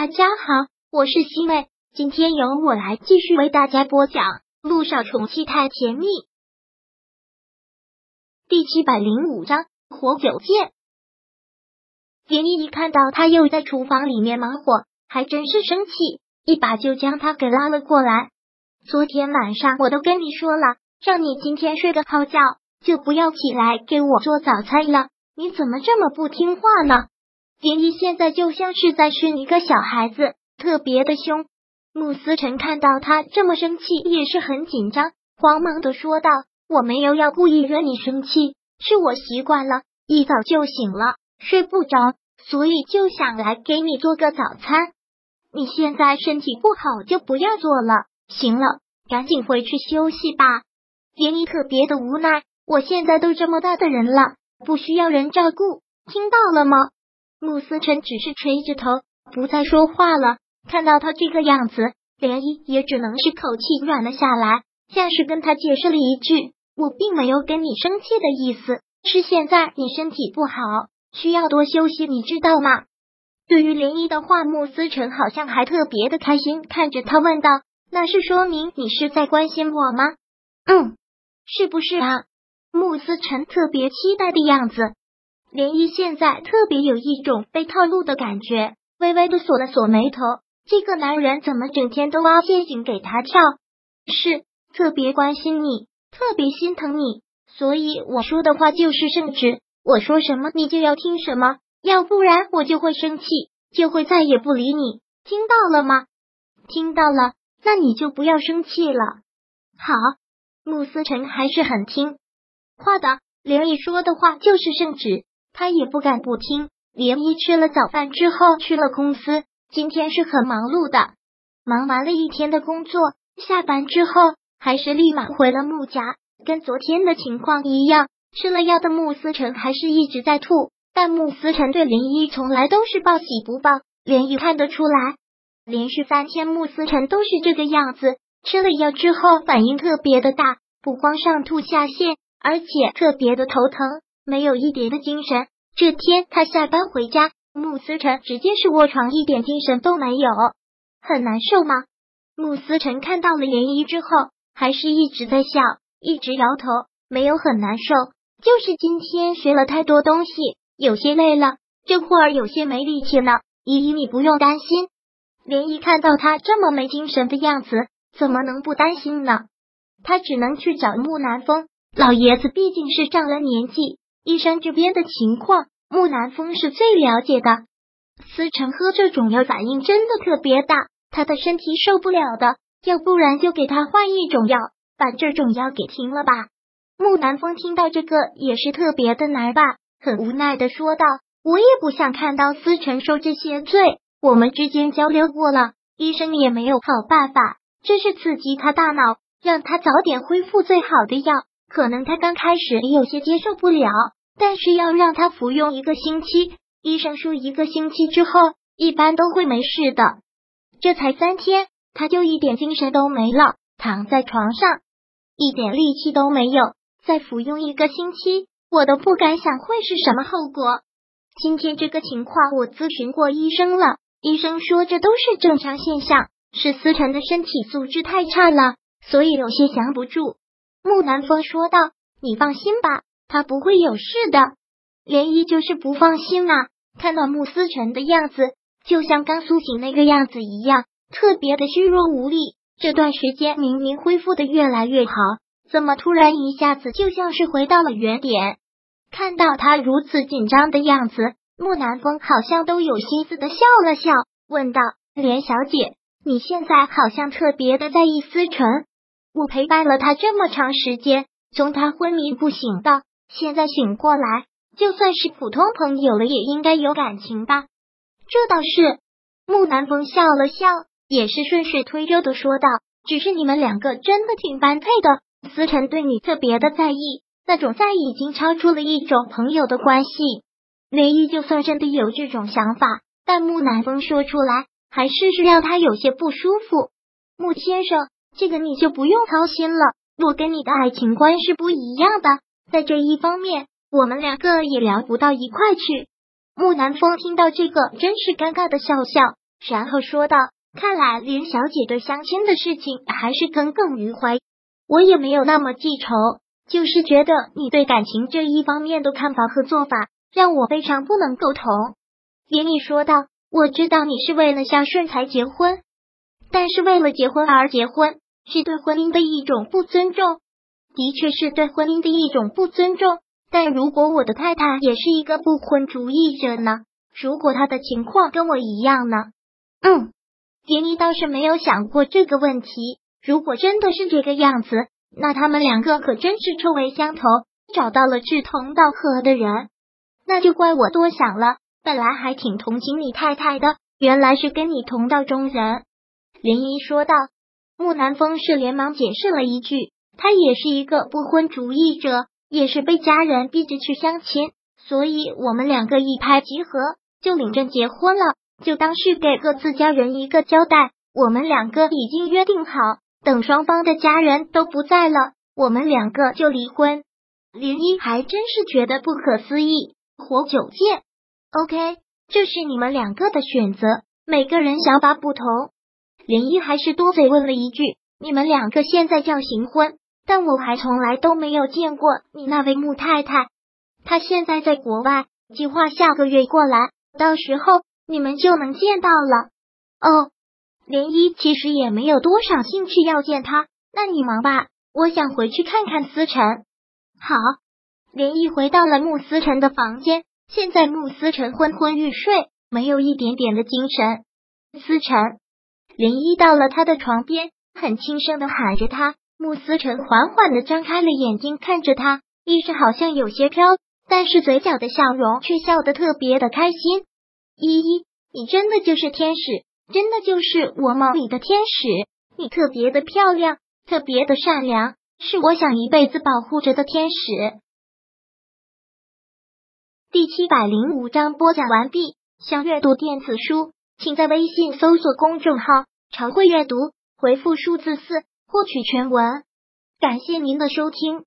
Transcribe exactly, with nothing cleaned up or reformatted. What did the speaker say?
大家好，我是西妹，今天由我来继续为大家播讲《陆少宠妻太甜蜜》第七百零五章活久见。连依一看到他又在厨房里面忙活，还真是生气，一把就将他给拉了过来。昨天晚上我都跟你说了，让你今天睡个好觉，就不要起来给我做早餐了，你怎么这么不听话呢？连依现在就像是在训一个小孩子，特别的凶。穆思辰看到他这么生气，也是很紧张，慌忙的说道：“我没有要故意惹你生气，是我习惯了，一早就醒了，睡不着，所以就想来给你做个早餐。你现在身体不好，就不要做了，行了，赶紧回去休息吧。”连依特别的无奈，我现在都这么大的人了，不需要人照顾，听到了吗？穆思辰只是垂着头，不再说话了。看到他这个样子，连依也只能是口气软了下来，像是跟他解释了一句：“我并没有跟你生气的意思，是现在你身体不好，需要多休息，你知道吗？”对于连依的话，穆思辰好像还特别的开心，看着他问道：“那是说明你是在关心我吗？”“嗯，是不是啊？”穆思辰特别期待的样子。连依现在特别有一种被套路的感觉，微微的锁了锁眉头，这个男人怎么整天都挖陷阱给他跳？是特别关心你，特别心疼你，所以我说的话就是圣旨，我说什么你就要听什么，要不然我就会生气，就会再也不理你，听到了吗？听到了，那你就不要生气了。好，穆思辰还是很听话的，连依说的话就是圣旨，他也不敢不听。连依吃了早饭之后去了公司，今天是很忙碌的，忙完了一天的工作，下班之后还是立马回了穆家，跟昨天的情况一样，吃了药的穆思辰还是一直在吐，但穆思辰对连依从来都是报喜不报，连依看得出来。连续三天穆思辰都是这个样子，吃了药之后反应特别的大，不光上吐下泻，而且特别的头疼，没有一点的精神。这天他下班回家，穆思辰直接是卧床，一点精神都没有。很难受吗？穆思辰看到了连依之后，还是一直在笑，一直摇头，没有很难受，就是今天学了太多东西，有些累了，这会儿有些没力气呢。依依你不用担心。连依看到他这么没精神的样子，怎么能不担心呢？他只能去找穆南风，老爷子毕竟是上了年纪，医生这边的情况，穆南风是最了解的。思辰喝这种药反应真的特别大，他的身体受不了的，要不然就给他换一种药，把这种药给停了吧。穆南风听到这个也是特别的难办，很无奈的说道：“我也不想看到思辰受这些罪，我们之间交流过了，医生也没有好办法，这是刺激他大脑，让他早点恢复最好的药。可能他刚开始有些接受不了，但是要让他服用一个星期，医生说一个星期之后一般都会没事的。这才三天，他就一点精神都没了，躺在床上一点力气都没有，再服用一个星期，我都不敢想会是什么后果。今天这个情况我咨询过医生了，医生说这都是正常现象，是思辰的身体素质太差了，所以有些降不住。”穆南风说道：“你放心吧，他不会有事的。”连依就是不放心啊，看到穆思辰的样子，就像刚苏醒那个样子一样，特别的虚弱无力。这段时间明明恢复的越来越好，怎么突然一下子就像是回到了原点？看到他如此紧张的样子，穆南风好像都有心思的笑了笑，问道：“连小姐，你现在好像特别的在意思辰。我陪伴了他这么长时间，从他昏迷不醒到现在醒过来，就算是普通朋友了，也应该有感情吧？”“这倒是。”穆南风笑了笑，也是顺水推舟的说道：“只是你们两个真的挺般配的，思辰对你特别的在意，那种在意已经超出了一种朋友的关系。”连依就算真的有这种想法，但穆南风说出来，还是是让他有些不舒服。“穆先生，这个你就不用操心了，我跟你的爱情观是不一样的，在这一方面，我们两个也聊不到一块去。”穆南风听到这个，真是尴尬的笑笑， 然后说道：“看来林小姐对相亲的事情还是耿耿于怀，我也没有那么记仇，就是觉得你对感情这一方面的看法和做法让我非常不能苟同。”连毅说道：“我知道你是为了孝顺才结婚，但是为了结婚而结婚，是对婚姻的一种不尊重，的确是对婚姻的一种不尊重。但如果我的太太也是一个不婚主义者呢？如果她的情况跟我一样呢？”嗯，连毅倒是没有想过这个问题。如果真的是这个样子，那他们两个可真是臭味相投，找到了志同道合的人。那就怪我多想了，本来还挺同情你太太的，原来是跟你同道中人。林一说道。木南风是连忙解释了一句，他也是一个不婚主义者，也是被家人逼着去相亲，所以我们两个一拍即合，就领证结婚了，就当是给各自家人一个交代。我们两个已经约定好，等双方的家人都不在了，我们两个就离婚。林一还真是觉得不可思议，活九届 OK， 这是你们两个的选择，每个人想法不同。林一还是多嘴问了一句：“你们两个现在叫行婚，但我还从来都没有见过你那位穆太太。她现在在国外，计划下个月过来，到时候你们就能见到了。”哦，连一其实也没有多少兴趣要见她，那你忙吧，我想回去看看思辰。好，连一回到了穆思辰的房间，现在穆思辰昏昏欲睡，没有一点点的精神。思辰。林一到了他的床边，很轻声的喊着他。穆思辰缓缓的张开了眼睛看着他，意识好像有些飘，但是嘴角的笑容却笑得特别的开心。依依，你真的就是天使，真的就是我梦里的天使，你特别的漂亮，特别的善良，是我想一辈子保护着的天使。第七百零五章播讲完毕。想阅读电子书，请在微信搜索公众号常会阅读，回复数字四获取全文。感谢您的收听。